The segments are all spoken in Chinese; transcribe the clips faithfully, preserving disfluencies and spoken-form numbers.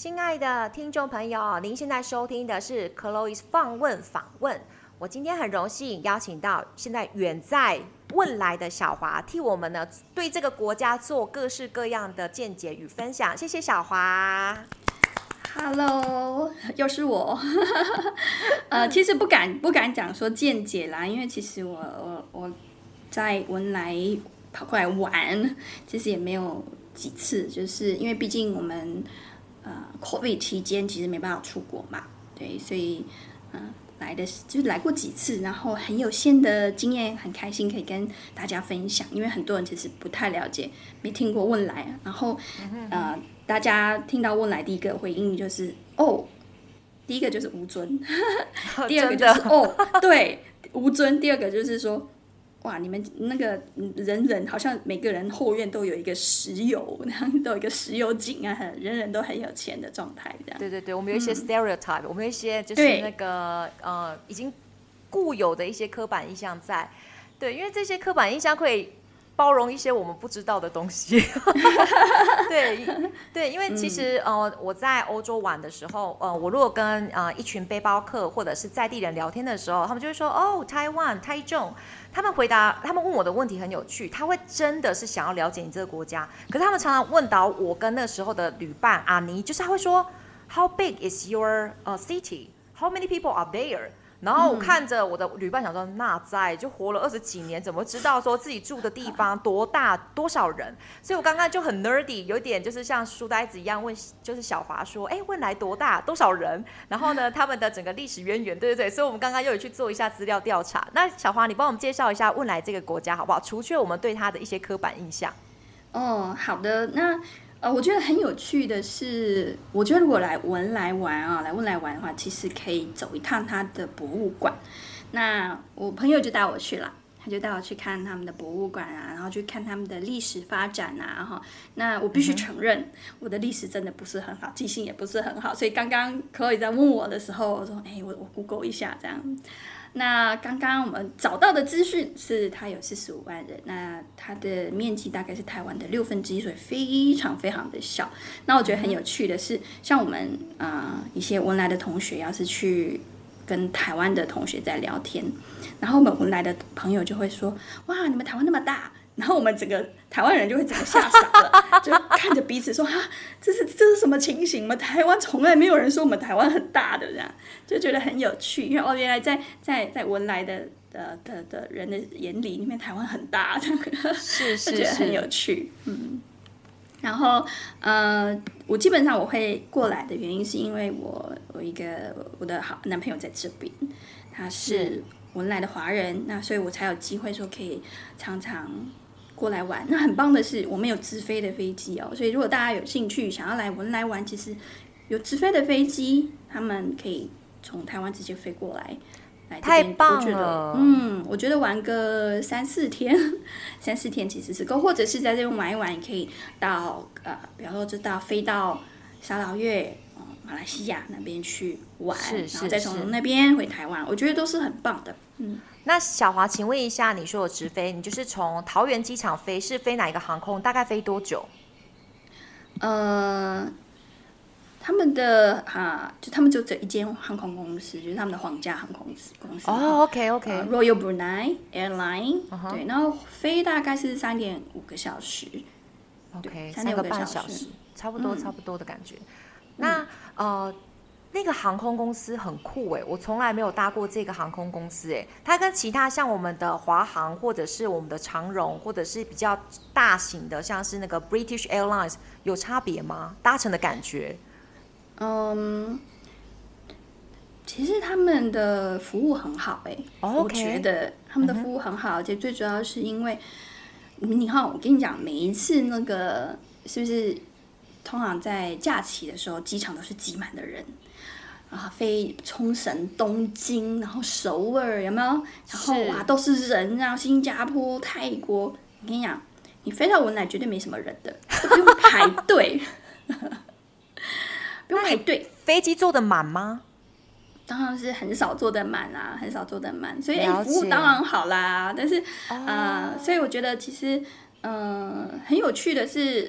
亲爱的听众朋友，您现在收听的是 Chloe's 放问访问。我今天很荣幸邀请到现在远在汶莱的小华，替我们呢对这个国家做各式各样的见解与分享。谢谢小华。 Hello， 又是我。呃，其实不敢不敢讲说见解啦，因为其实我我我在汶莱跑过来玩，其实也没有几次，就是因为毕竟我们呃 COVID 期间其实没办法出国嘛，对，所以嗯、呃、来的就是来过几次，然后很有限的经验，很开心可以跟大家分享，因为很多人其实不太了解，没听过汶莱，然后呃大家听到汶莱第一个回应就是哦，第一个就是吴尊，第二个就是哦对吴尊，第二个就是说。哇，你们那个人人好像每个人后院都有一个石油，然后都有一个石油井啊，人人都很有钱的状态，这样。 对对对，我们有一些 stereotype，、嗯、我们有一些就是那个呃已经固有的一些刻板印象在。对，因为这些刻板印象可以包容一些我们不知道的东西。对对，因为其实、嗯、呃我在欧洲玩的时候，呃我如果跟呃一群背包客或者是在地人聊天的时候，他们就会说哦台湾台中。他们回答，他们问我的问题很有趣，他会真的是想要了解你这个国家，可是他们常常问到我跟那时候的旅伴阿尼，就是他会说 How big is your、uh, city? How many people are there? 然后我看着我的旅伴想说，那在就活了二十几年，怎么知道说自己住的地方多大多少人？所以我刚刚就很 nerdy， 有点就是像书呆子一样问，就是小华说，哎，汶莱多大，多少人？然后呢，他们的整个历史渊源，对对对，所以我们刚刚又有去做一下资料调查。那小华，你帮我们介绍一下汶莱这个国家好不好？除却我们对它的一些刻板印象。 哦，好的，那。呃，我觉得很有趣的是，我觉得如果来汶莱玩啊，来汶莱玩的话，其实可以走一趟它的博物馆。那我朋友就带我去了，他就带我去看他们的博物馆啊，然后去看他们的历史发展啊，哈。那我必须承认，嗯、我的历史真的不是很好，记性也不是很好，所以刚刚 Chloe 在问我的时候，我说，哎，我我 Google 一下这样。那刚刚我们找到的资讯是，它有四十五万人，那它的面积大概是台湾的六分之一，所以非常非常的小。那我觉得很有趣的是，像我们呃一些汶莱的同学，要是去跟台湾的同学在聊天，然后我们汶莱的朋友就会说：“哇，你们台湾那么大。”然后我们整个台湾人就会整个吓傻了，就看着彼此说：“哈，这是这是什么情形？我们台湾从来没有人说我们台湾很大的，这样就觉得很有趣。因为哦，原来在在在汶莱的的的的人的眼里，里面台湾很大，这样是是是， 觉得很有趣。嗯，然后呃，我基本上我会过来的原因是因为我我一个我的好男朋友在这边，他是汶莱的华人，那所以我才有机会说可以常常。过来玩，那很棒的是我们有直飞的飞机哦，所以如果大家有兴趣想要来汶莱玩，其实有直飞的飞机，他们可以从台湾直接飞过来，来这边。 太棒了！ 嗯，我觉得玩个三四天，三四天其实是够，或者是在这边玩一玩，也可以到呃，比方说就到飞到沙劳越、呃、马来西亚那边去玩， 是是然后再从那边回台湾，我觉得都是很棒的。嗯。 那小华，请问一下，你说有直飞，你就是从桃园机场飞，是飞哪一个航空？大概飞多久？ 呃，他们的啊，就他们就这一间航空公司，就是他们的皇家航空公司。 哦、oh, ，OK OK、 呃。Royal Brunei Airline，、uh huh. 对，然后飞大概是三点五个小时。 OK， 三个半小时，差不多、嗯、差不多的感觉。那、嗯、呃。那个航空公司很酷哎，我从来没有搭过这个航空公司哎。它跟其他像我们的华航或者是我们的长荣，或者是比较大型的，像是那个 British Airlines 有差别吗？搭乘的感觉？ 嗯，其实他们的服务很好哎、 oh, okay. 我觉得他们的服务很好，而且最主要是因为，你看我跟你讲，每一次那个是不是通常在假期的时候，机场都是挤满的人。啊，飞冲绳、东京，然后首尔，有没有？然后哇，都是人，然后新加坡、泰国，我跟你讲，你飞到汶莱绝对没什么人的，都不用排队，不用排队。 飞机坐得满吗？ 当然是很少坐得满啦，很少坐得满，所以、欸、服务当然好啦。但是啊、哦呃，所以我觉得其实，嗯、呃，很有趣的是。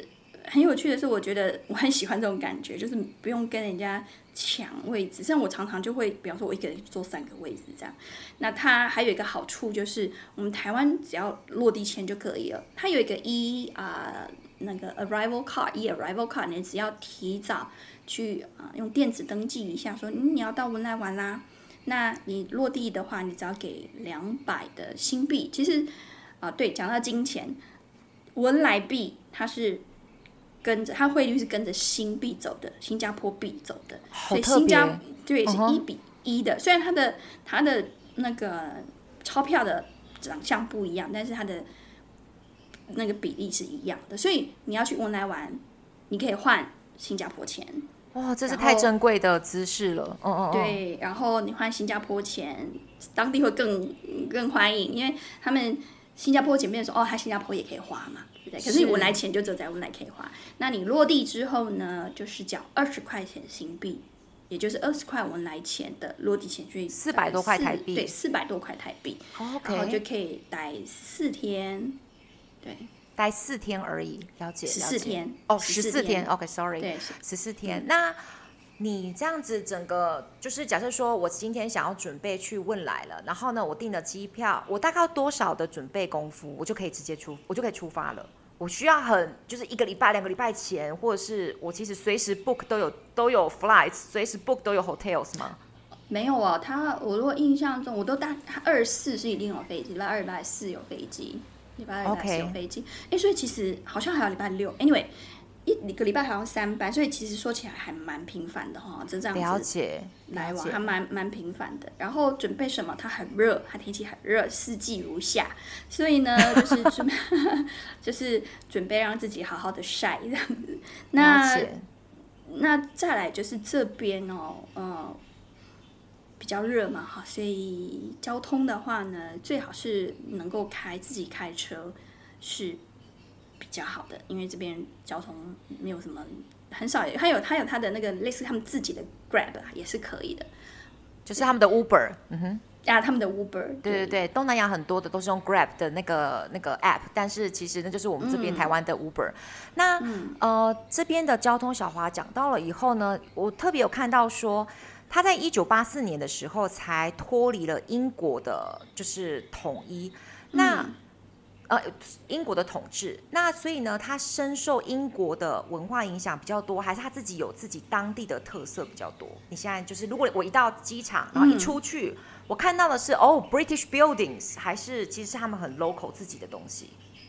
很有趣的是，我觉得我很喜欢这种感觉，就是不用跟人家抢位置。像我常常就会，比方说我一个人坐三个位置这样。那它还有一个好处就是，我们台湾只要落地签就可以了。它有一个 E 啊、呃、那个 arrival card，E arrival card， 你只要提早去啊、呃、用电子登记一下，说嗯你要到文莱玩啦。那你落地的话，你只要给两百的新币。其实啊、呃，对，讲到金钱，文莱币它是跟着它汇率是跟着新币走的，新加坡币走的，所以新加对是一比一的。虽然它的它的那个钞票的长相不一样，但是它的那个比例是一样的。所以你要去文莱玩，你可以换新加坡钱。 哇，这是太珍贵的知识了。嗯嗯嗯。 对，然后你换新加坡钱，当地会更更欢迎，因为他们新加坡前面说哦，他新加坡也可以花嘛，对不对？可是你文莱钱就只有在文莱可以花。那你落地之后呢，就是缴二十块钱新币，也就是二十块文莱钱的落地钱，所以四百多块台币。 对，四百多块台币。 Oh, okay. 然后就可以待四天，对。 待四天而已，了解， 十四天哦，十四天 ，OK，Sorry，、okay, 对， 十四天。嗯、那你这样子整个就是假设说我今天想要准备去汶莱了，然后呢，我订了机票，我大概要多少的准备功夫，我就可以直接出，我就可以出发了。我需要很就是一个礼拜、两个礼拜前，或者是我其实随时 book 都有都有 flights， 随时 book 都有 hotels 吗？ 没有啊，他我如果印象中，我都大二十四是一定有飞机，礼拜二、礼拜四有飞机。礼拜二、礼拜四有飞机，哎、okay. ，所以其实好像还有礼拜六 ，anyway， 一个礼拜好像三班，所以其实说起来还蛮频繁的哈，就这样子了解来往还蛮蛮频繁的。然后准备什么？它很热，它天气很热，四季如夏，所以呢，就是准备就是准备让自己好好的晒这样子。那那再来就是这边哦，呃。比较热嘛，哈，所以交通的话呢，最好是能够开自己开车是比较好的，因为这边交通没有什么很少，还有还有它的那个类似他们自己的 Grab 也是可以的， 就是他们的 Uber， 嗯哼， 啊，他们的 Uber， 对对对，东南亚很多的都是用 Grab 的那个那个 App， 但是其实那就是我们这边台湾的 Uber。嗯、那、嗯、呃这边的交通小华讲到了以后呢，我特别有看到说。他在一九八四年的时候才脱离了英国的，就是统一，那、嗯、呃英国的统治，那所以呢，他深受英国的文化影响比较多，还是他自己有自己当地的特色比较多？你现在就是，如果我一到机场，然后一出去，嗯、我看到的是哦 British buildings， 还是其实是他们很 local 自己的东西？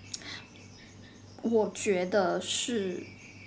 我觉得是。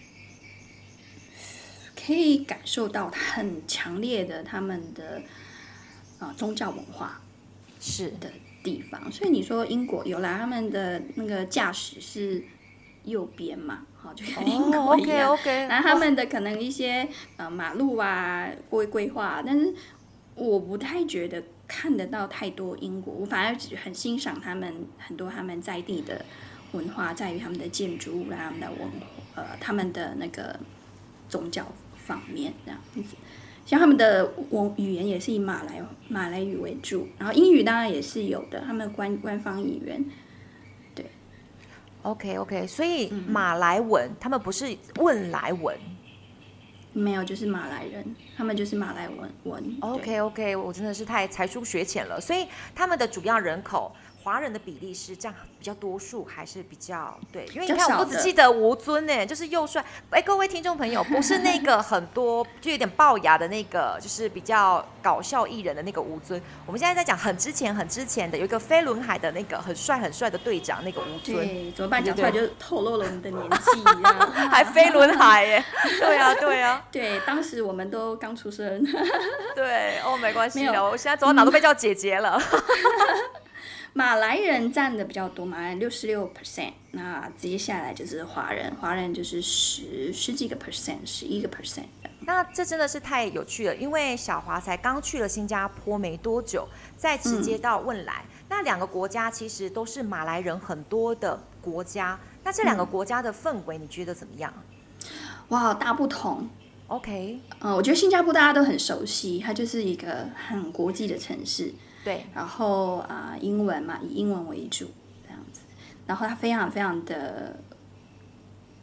可以感受到很强烈的他们的、呃、宗教文化是的地方，所以你说英国有啦，他们的那个驾驶是右边嘛，好，就跟英国一样。 Oh, okay, okay. 然后他们的可能一些、呃、马路啊规规划，但是我不太觉得看得到太多英国，我反而很欣赏他们很多他们在地的文化，在于他们的建筑物、他们的文呃他们的那个宗教。方面这样子，像他们的语言也是以马来马来语为主，然后英语当然也是有的，他们的官官方语言。对 ，OK OK， 所以马来文、嗯、他们不是汶莱文， 没有，就是马来人，他们就是马来文文。 OK OK， 我真的是太才疏学浅了，所以他们的主要人口。华人的比例是这样比较多数，还是比较对？因为你看，我只记得吴尊呢，就是又帅。哎，各位听众朋友，不是那个很多就有点龅牙的那个，就是比较搞笑艺人的那个吴尊。我们现在在讲很之前、很之前的，有一个飞轮海的那个很帅、很帅的队长，那个吴尊。 对，怎么办？讲出来就透露了我们的年纪啊！ 还飞轮海耶？对啊，对啊。 对，当时我们都刚出生。 对，哦，没关系的，我现在走到哪都被叫姐姐了。 马来人占的比较多，马来人六十六 percent， 那接下来就是华人，华人就是十十几个 percent， 十一个 percent。 那这真的是太有趣了，因为小华才刚去了新加坡没多久，再直接到汶莱，嗯、那两个国家其实都是马来人很多的国家，那这两个国家的氛围你觉得怎么样？ 哇，大不同。 OK， 嗯，我觉得新加坡大家都很熟悉，它就是一个很国际的城市。 对， 然后啊、呃，英文嘛，以英文为主这样子，然后它非常非常的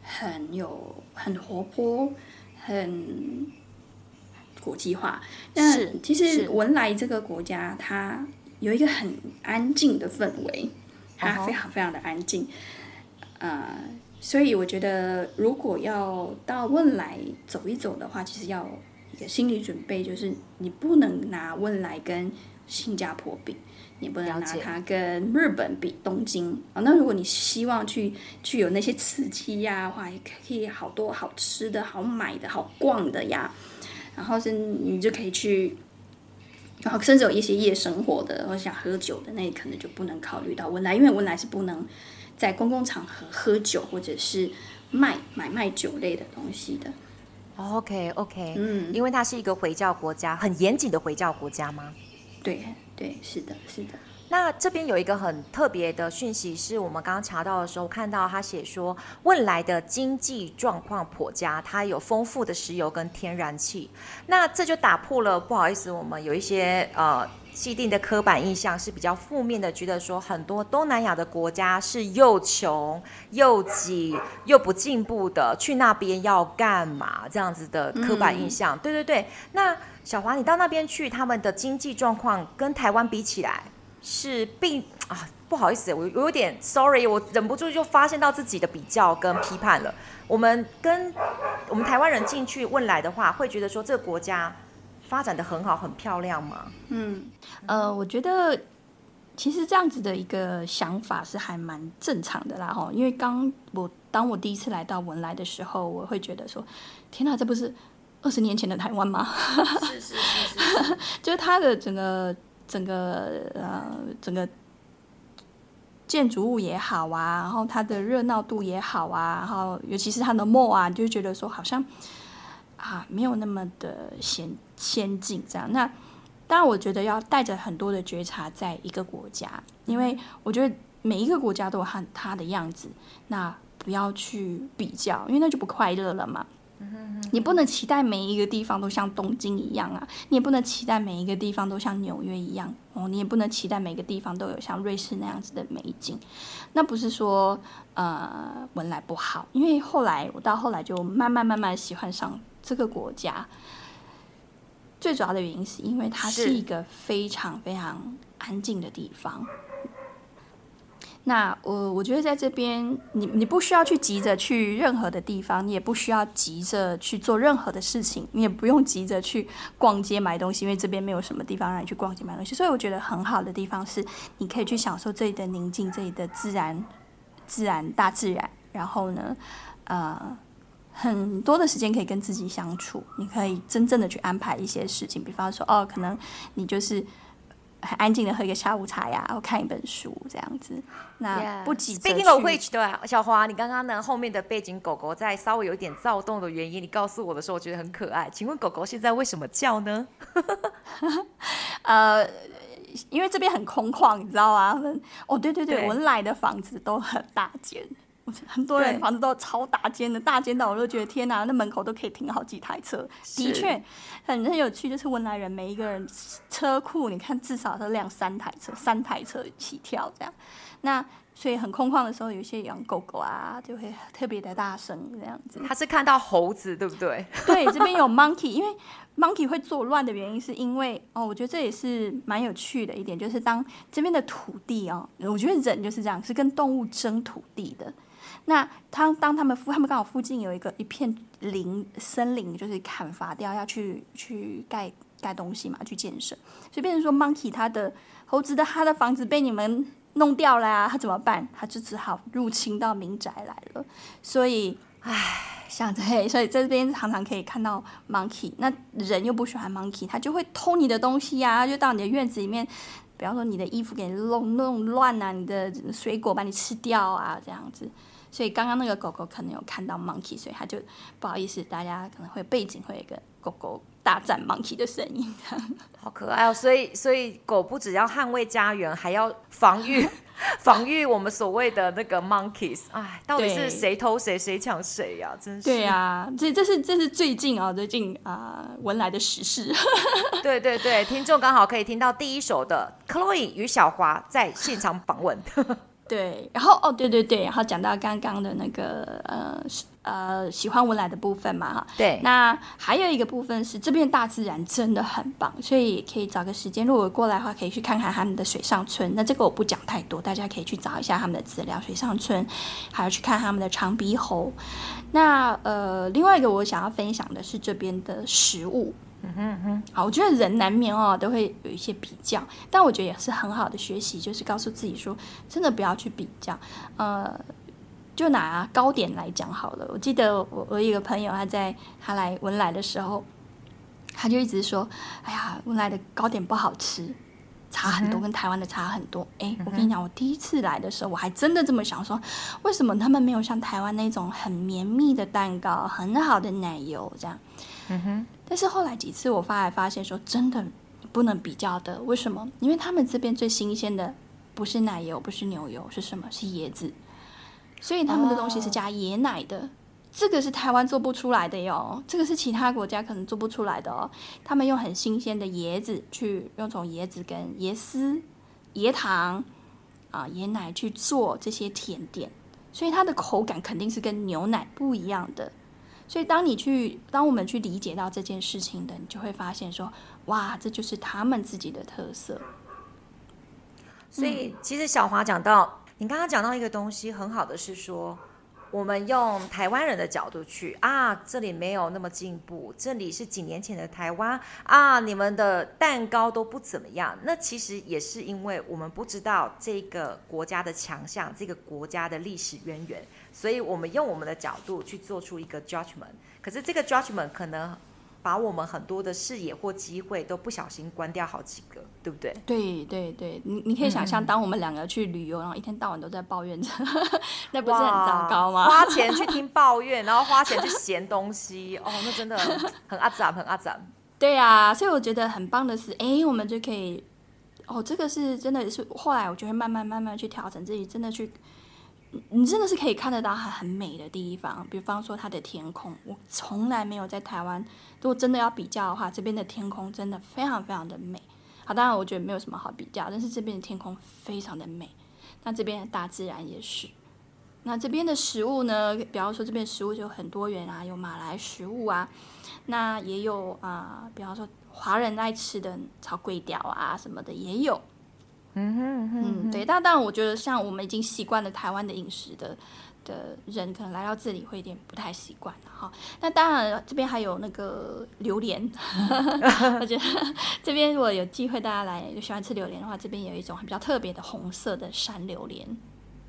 很有很活泼，很国际化。那其实文莱这个国家，它有一个很安静的氛围，它非常非常的安静。Uh-huh. 呃，所以我觉得，如果要到汶莱走一走的话，其实要有一个心理准备，就是你不能拿汶莱跟新加坡比，你不能拿它跟日本比东京啊。那如果你希望去去有那些刺激呀的话，也可以好多好吃的、好买的、好逛的呀。然后是你就可以去，然后甚至有一些夜生活的，或想喝酒的，那你可能就不能考虑到汶莱，因为汶莱是不能在公共场合喝酒或者是卖买卖酒类的东西的。 OK OK， 嗯，因为它是一个回教国家，很严谨的回教国家吗？ 对对，是的，是的。 那这边有一个很特别的讯息，是我们刚刚查到的时候看到他写说，汶莱的经济状况颇佳，它有丰富的石油跟天然气。那这就打破了，不好意思，我们有一些呃既定的刻板印象是比较负面的，觉得说很多东南亚的国家是又穷又挤又不进步的，去那边要干嘛这样子的刻板印象。嗯、对对对。那小华，你到那边去，他们的经济状况跟台湾比起来是并啊，不好意思，我有点 sorry， 我忍不住就发现到自己的比较跟批判了。我们跟我们台湾人进去汶莱的话，会觉得说这个国家发展的很好，很漂亮吗？ 嗯，呃，我觉得其实这样子的一个想法是还蛮正常的啦哈。因为刚我当我第一次来到文莱的时候，我会觉得说，天哪，这不是二十年前的台湾吗？ 是是是是， 就是它的整个整个呃整个建筑物也好啊，然后它的热闹度也好啊，然后尤其是它的 mall 啊，就觉得说好像啊没有那么的先先进这样。那当然，我觉得要带着很多的觉察，在一个国家，因为我觉得每一个国家都有它它的样子，那不要去比较，因为那就不快乐了嘛。你不能期待每一个地方都像东京一样啊，你也不能期待每一个地方都像纽约一样哦，你也不能期待每个地方都有像瑞士那样子的美景。那不是说呃文莱不好，因为后来我到后来就慢慢慢慢喜欢上这个国家。最主要的原因是因为它是一个非常非常安静的地方。那我我觉得在这边，你你不需要去急着去任何的地方，你也不需要急着去做任何的事情，你也不用急着去逛街买东西，因为这边没有什么地方让你去逛街买东西。所以我觉得很好的地方是，你可以去享受这里的宁静，这里的自然、自然、大自然。然后呢，呃，很多的时间可以跟自己相处，你可以真正的去安排一些事情，比方说，哦，可能你就是很安静的喝一个下午茶呀，然后看一本书这样子。那不急着去。 Speaking of which， 对啊，小华，你刚刚呢后面的背景狗狗在稍微有一点躁动的原因，你告诉我的时候，我觉得很可爱。请问狗狗现在为什么叫呢？ 呃，因为这边很空旷，你知道吗？哦，对对对，文莱的房子都很大间。很多人房子都超大间的，大间到我都觉得天哪，那门口都可以停好几台车。的确，很很有趣，就是文莱人每一个人车库，你看至少都辆三台车，三台车起跳这样。那所以很空旷的时候，有一些养狗狗啊，就会特别的大声这样子。 他是看到猴子，对不对？ 对，这边有 monkey， 因为 monkey 会作乱的原因是因为哦，我觉得这也是蛮有趣的一点，就是当这边的土地哦，我觉得人就是这样，是跟动物争土地的。那当当他们附他们刚好附近有一个一片林森林，就是砍伐掉要去去盖盖东西嘛，去建设，所以变成说 monkey 他的猴子的他的房子被你们弄掉了啊，他怎么办？他就只好入侵到民宅来了。所以，唉，像对，所以这边常常可以看到 monkey。那人又不喜欢 monkey， 他就会偷你的东西啊，就到你的院子里面。比方说你的衣服给你弄弄乱啊，你的水果把你吃掉啊，这样子。所以刚刚那个狗狗可能有看到 monkey， 所以他就不好意思，大家可能会背景会有一个狗狗大战 monkey 的声音， 好可爱哦！所以所以狗不只要捍卫家园，还要防御防御我们所谓的那个 monkeys。哎，到底是谁偷谁，谁抢谁呀？真是。 对啊，这这是这是最近啊，最近啊、呃、文莱的时事。 对对对，听众刚好可以听到第一手的 Chloe 与小华在现场访问。 对，然后哦，对对对，然后讲到刚刚的那个呃呃喜欢文莱的部分嘛哈， 对， 那还有一个部分是这边大自然真的很棒，所以可以找个时间，如果过来的话，可以去看看他们的水上村。那这个我不讲太多，大家可以去找一下他们的资料，水上村，还有去看他们的长鼻猴。那呃，另外一个我想要分享的是这边的食物。 嗯哼嗯哼， 好，我觉得人难免哦都会有一些比较，但我觉得也是很好的学习，就是告诉自己说，真的不要去比较。呃，就拿糕点来讲好了，我记得我我有一个朋友，他在他来文莱的时候，他就一直说，哎呀，文莱的糕点不好吃，差很多，跟台湾的差很多。哎、嗯，我跟你讲，我第一次来的时候，我还真的这么想说，为什么他们没有像台湾那种很绵密的蛋糕，很好的奶油这样？ 嗯哼。 但是后来几次我发来发现说，真的不能比较的。为什么？因为他们这边最新鲜的不是奶油，不是牛油，是什么？是椰子。所以他们的东西是加椰奶的。Oh. 这个是台湾做不出来的哟，这个是其他国家可能做不出来的哦。他们用很新鲜的椰子去用从椰子跟椰丝、椰糖啊、椰奶去做这些甜点，所以它的口感肯定是跟牛奶不一样的。所以当你去，当我们去理解到这件事情的，你就会发现说，哇，这就是他们自己的特色。 所以其实小华讲到，你刚刚讲到一个东西很好的是说，我们用台湾人的角度去啊，这里没有那么进步，这里是几年前的台湾啊，你们的蛋糕都不怎么样。那其实也是因为我们不知道这个国家的强项，这个国家的历史渊源，所以我们用我们的角度去做出一个 judgment。可是这个 judgment 可能把我们很多的视野或机会都不小心关掉好几个，对不对？ 对对对，你你可以想象，当我们两个去旅游，然后一天到晚都在抱怨着，那不是很糟糕吗？ 花钱去听抱怨，然后花钱去嫌东西，哦，那真的很阿杂，很阿杂。 对啊，所以我觉得很棒的是，哎，我们就可以，哦，这个是真的是后来我就会慢慢慢慢去调整自己，真的去。你真的是可以看得到它很美的地方，比方说它的天空，我从来没有在台湾，如果真的要比较的话，这边的天空真的非常非常的美。好，当然我觉得没有什么好比较，但是这边的天空非常的美，那这边的大自然也是。那这边的食物呢，比方说这边的食物就很多元啊，有马来食物啊，那也有啊、呃，比方说华人爱吃的炒粿条啊什么的也有。 嗯哼嗯哼嗯，对，但当然，我觉得像我们已经习惯了台湾的饮食的的人，可能来到这里会有点不太习惯哈。那当然，这边还有那个榴莲，我觉得这边如果有机会大家来有喜欢吃榴莲的话，这边有一种比较特别的红色的山榴莲。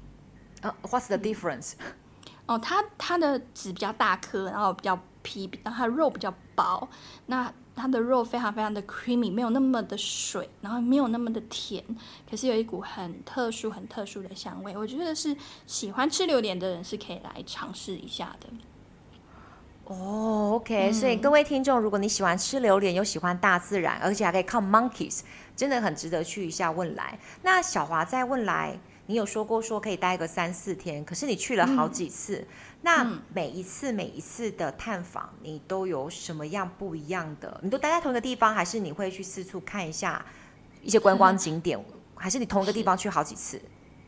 Uh, what's the difference？、嗯、 哦，它它的籽比较大颗，然后比较皮，然后它的肉比较薄，那。它的肉非常非常的 creamy， 没有那么的水，然后没有那么的甜，可是有一股很特殊、很特殊的香味。我觉得是喜欢吃榴莲的人是可以来尝试一下的。 哦、oh, ，OK，、嗯、所以各位听众，如果你喜欢吃榴莲，又喜欢大自然，而且还可以看 monkeys， 真的很值得去一下汶莱。那小华在汶莱，你有说过说可以待个三四天，可是你去了好几次。嗯那每一次每一次的探访，你都有什么样不一样的？你都待在同一个地方，还是你会去四处看一下一些观光景点，还是你同一个地方去好几次？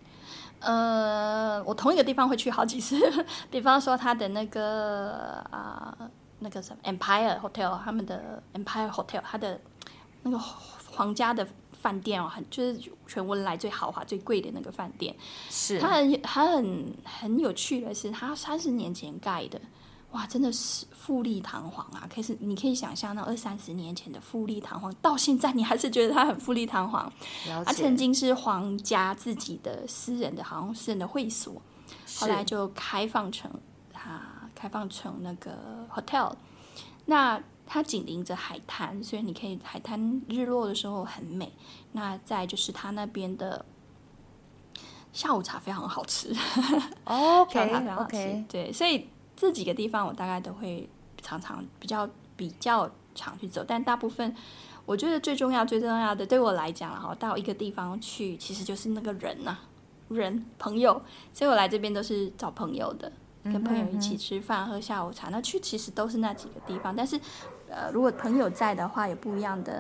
呃，我同一个地方会去好几次，比方说他的那个啊、呃，那个什么 Empire Hotel， 他们的 Empire Hotel， 他的那个皇家的饭店哦，很就是全汶莱最豪华、最贵的那个饭店。是。它很它很很有趣的是，它三十年前盖的，哇，真的是富丽堂皇啊！可是你可以想象，那二三十年前的富丽堂皇，到现在你还是觉得它很富丽堂皇。它曾经是皇家自己的私人的，好像私人的会所，后来就开放成它开放成那个 hotel。那它紧邻着海滩，所以你可以海滩日落的时候很美。那再就是它那边的下午茶非常好吃。 OK OK， 对，所以这几个地方我大概都会常常比较比较常去走，但大部分我觉得最重要最重要的对我来讲哈，到一个地方去其实就是那个人呐、啊，人朋友，所以我来这边都是找朋友的。跟朋友一起吃饭、喝下午茶，那去其实都是那几个地方。但是，呃，如果朋友在的话，有不一样的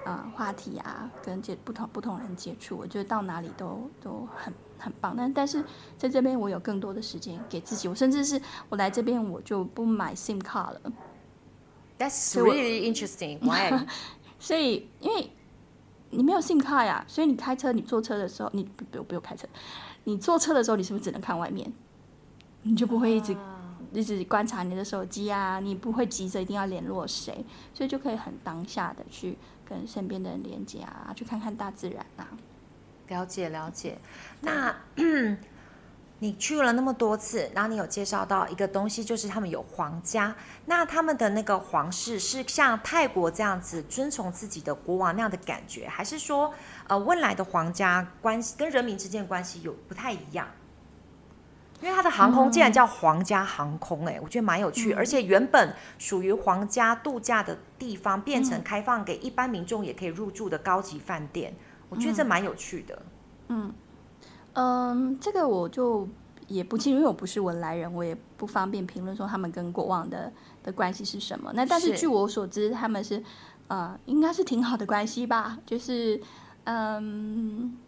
呃话题啊，跟接不同不同人接触，我觉得到哪里都都很很棒。但但是在这边我有更多的时间给自己，我甚至是我来这边我就不买 SIM 卡了。 That's really interesting. Why? 所以因为你没有 SIM 卡呀，所以你开车你坐车的时候，你不不不用开车，你坐车的时候你是不是只能看外面？你就不会一直。一直观察你的手机啊，你不会急着一定要联络谁，所以就可以很当下的去跟身边的人连接啊，去看看大自然啊。 了解了解。那你去了那么多次，然后你有介绍到一个东西，就是他们有皇家。那他们的那个皇室是像泰国这样子遵从自己的国王那样的感觉，还是说呃汶莱的皇家关系跟人民之间的关系有不太一样？因为它的航空竟然叫皇家航空、欸，哎、嗯，我觉得蛮有趣、嗯，而且原本属于皇家度假的地方，变成开放给一般民众也可以入住的高级饭店，嗯、我觉得这蛮有趣的。 嗯嗯，这个我就也不清楚，因为我不是文莱人，我也不方便评论说他们跟国王的的关系是什么。那但是据我所知，他们是呃，应该是挺好的关系吧，就是嗯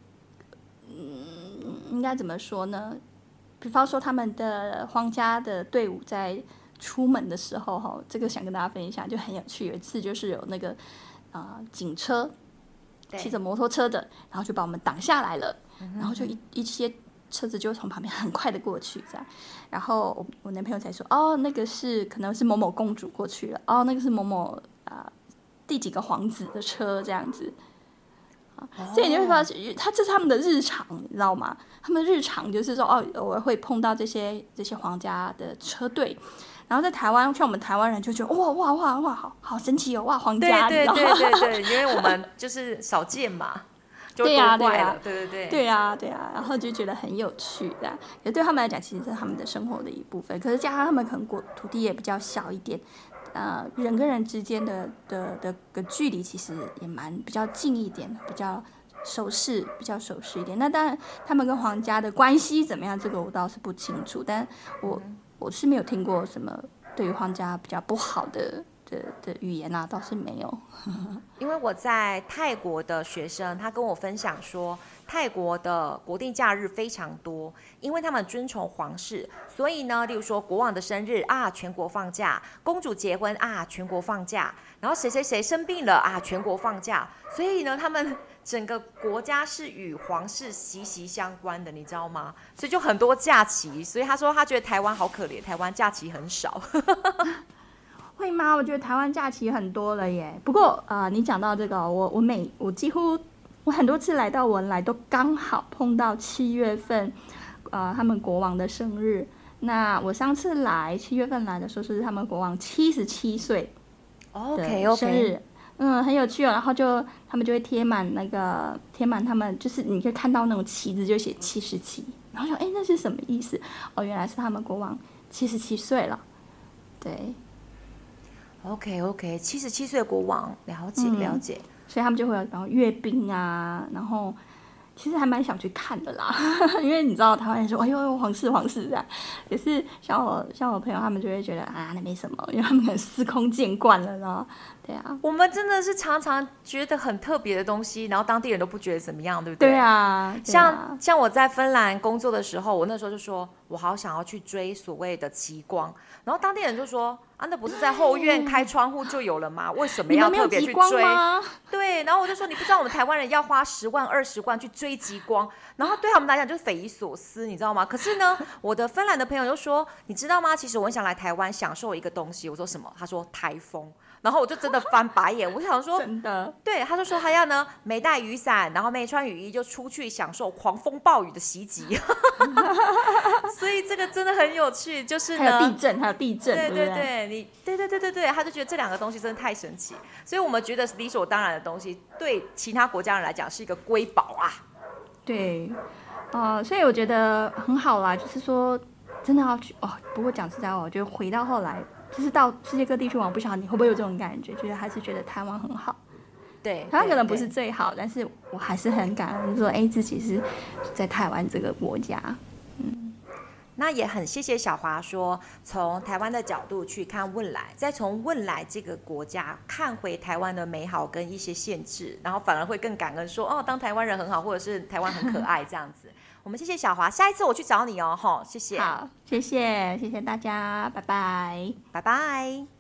嗯，应该怎么说呢？比方说他们的皇家的队伍在出门的时候哈，这个想跟大家分享，就很有趣。有一次就是有那个呃警车骑着摩托车的，然后就把我们挡下来了，然后就一一些车子就从旁边很快的过去这样，然后我我男朋友才说，哦，那个是可能是某某公主过去了，哦，那个是某某啊、呃、第几个皇子的车这样子。所以你会发现，他这是他们的日常，你知道吗？他们日常就是说，哦，偶尔会碰到这些这些皇家的车队，然后在台湾，像我们台湾人就觉得，哇哇哇哇，好好神奇哦，哇，皇家， 对对对对对，因为我们就是少见嘛，就多怪了，对对对， 对啊对啊，然后就觉得很有趣的，可对他们来讲，其实是他们的生活的一部分。可是加上他们可能国土地也比较小一点。呃，人跟人之间的的的的距离其实也蛮比较近一点，比较熟识，比较熟识一点。那当然，他们跟皇家的关系怎么样，这个我倒是不清楚，但我我是没有听过什么对于皇家比较不好的的的语言啊，倒是没有。 因为我在泰国的学生，他跟我分享说，泰国的国定假日非常多，因为他们遵从皇室，所以呢，例如说国王的生日啊，全国放假；公主结婚啊，全国放假；然后谁谁谁生病了啊，全国放假。所以呢，他们整个国家是与皇室息息相关的，你知道吗？所以就很多假期。所以他说他觉得台湾好可怜，台湾假期很少。 会吗？我觉得台湾假期很多了耶。不过呃，你讲到这个，我我每我几乎我很多次来到文莱，都刚好碰到七月份，呃，他们国王的生日。那我上次来七月份来的时候，是他们国王七十七岁的生日。Okay, okay. 嗯，很有趣哦。然后就他们就会贴满那个贴满他们，就是你可以看到那种旗子，就写七十七。然后想，哎，那是什么意思？哦，原来是他们国王七十七岁了。对。 OK OK， 七十七岁的国王，了解了解、嗯， 所以他们就会有然后阅兵啊，然后其实还蛮想去看的啦，因为你知道台湾人说哎呦皇室皇室这样，可是像我像我朋友他们就会觉得啊那没什么，因为他们可能司空见惯了呢，对啊， 我们真的是常常觉得很特别的东西，然后当地人都不觉得怎么样，对不对？ 对啊，对啊像像我在芬兰工作的时候，我那时候就说我好想要去追所谓的极光，然后当地人就说。啊，那不是在后院开窗户就有了吗？为什么要特别去追？对，然后我就说，你不知道我们台湾人要花十万、二十万去追极光，然后对他们来讲就是匪夷所思，你知道吗？可是呢，我的芬兰的朋友就说，你知道吗？其实我很想来台湾享受一个东西。我说什么？他说台风。然后我就真的翻白眼，我想说， 真的， 对，他就说他要呢没带雨伞，然后没穿雨衣就出去享受狂风暴雨的袭击，所以这个真的很有趣，就是呢， 还有地震，还有地震， 对对对对，你对对对对对，他就觉得这两个东西真的太神奇，所以我们觉得理所当然的东西，对其他国家人来讲是一个瑰宝啊。 对，呃，所以我觉得很好啦，就是说真的要去哦。不过讲实在话，我觉得回到后来。就是到世界各地去玩，不晓得你会不会有这种感觉，觉得还是觉得台湾很好。 对， 台湾可能不是最好，但是我还是很感恩说，哎，自己是在台湾这个国家。嗯， 那也很谢谢小华说，从台湾的角度去看汶莱，再从汶莱这个国家看回台湾的美好跟一些限制，然后反而会更感恩说，哦，当台湾人很好，或者是台湾很可爱这样子。我们谢谢小华，下一次我去找你哦，吼，谢谢。 好，谢谢，谢谢大家，拜拜， 拜拜。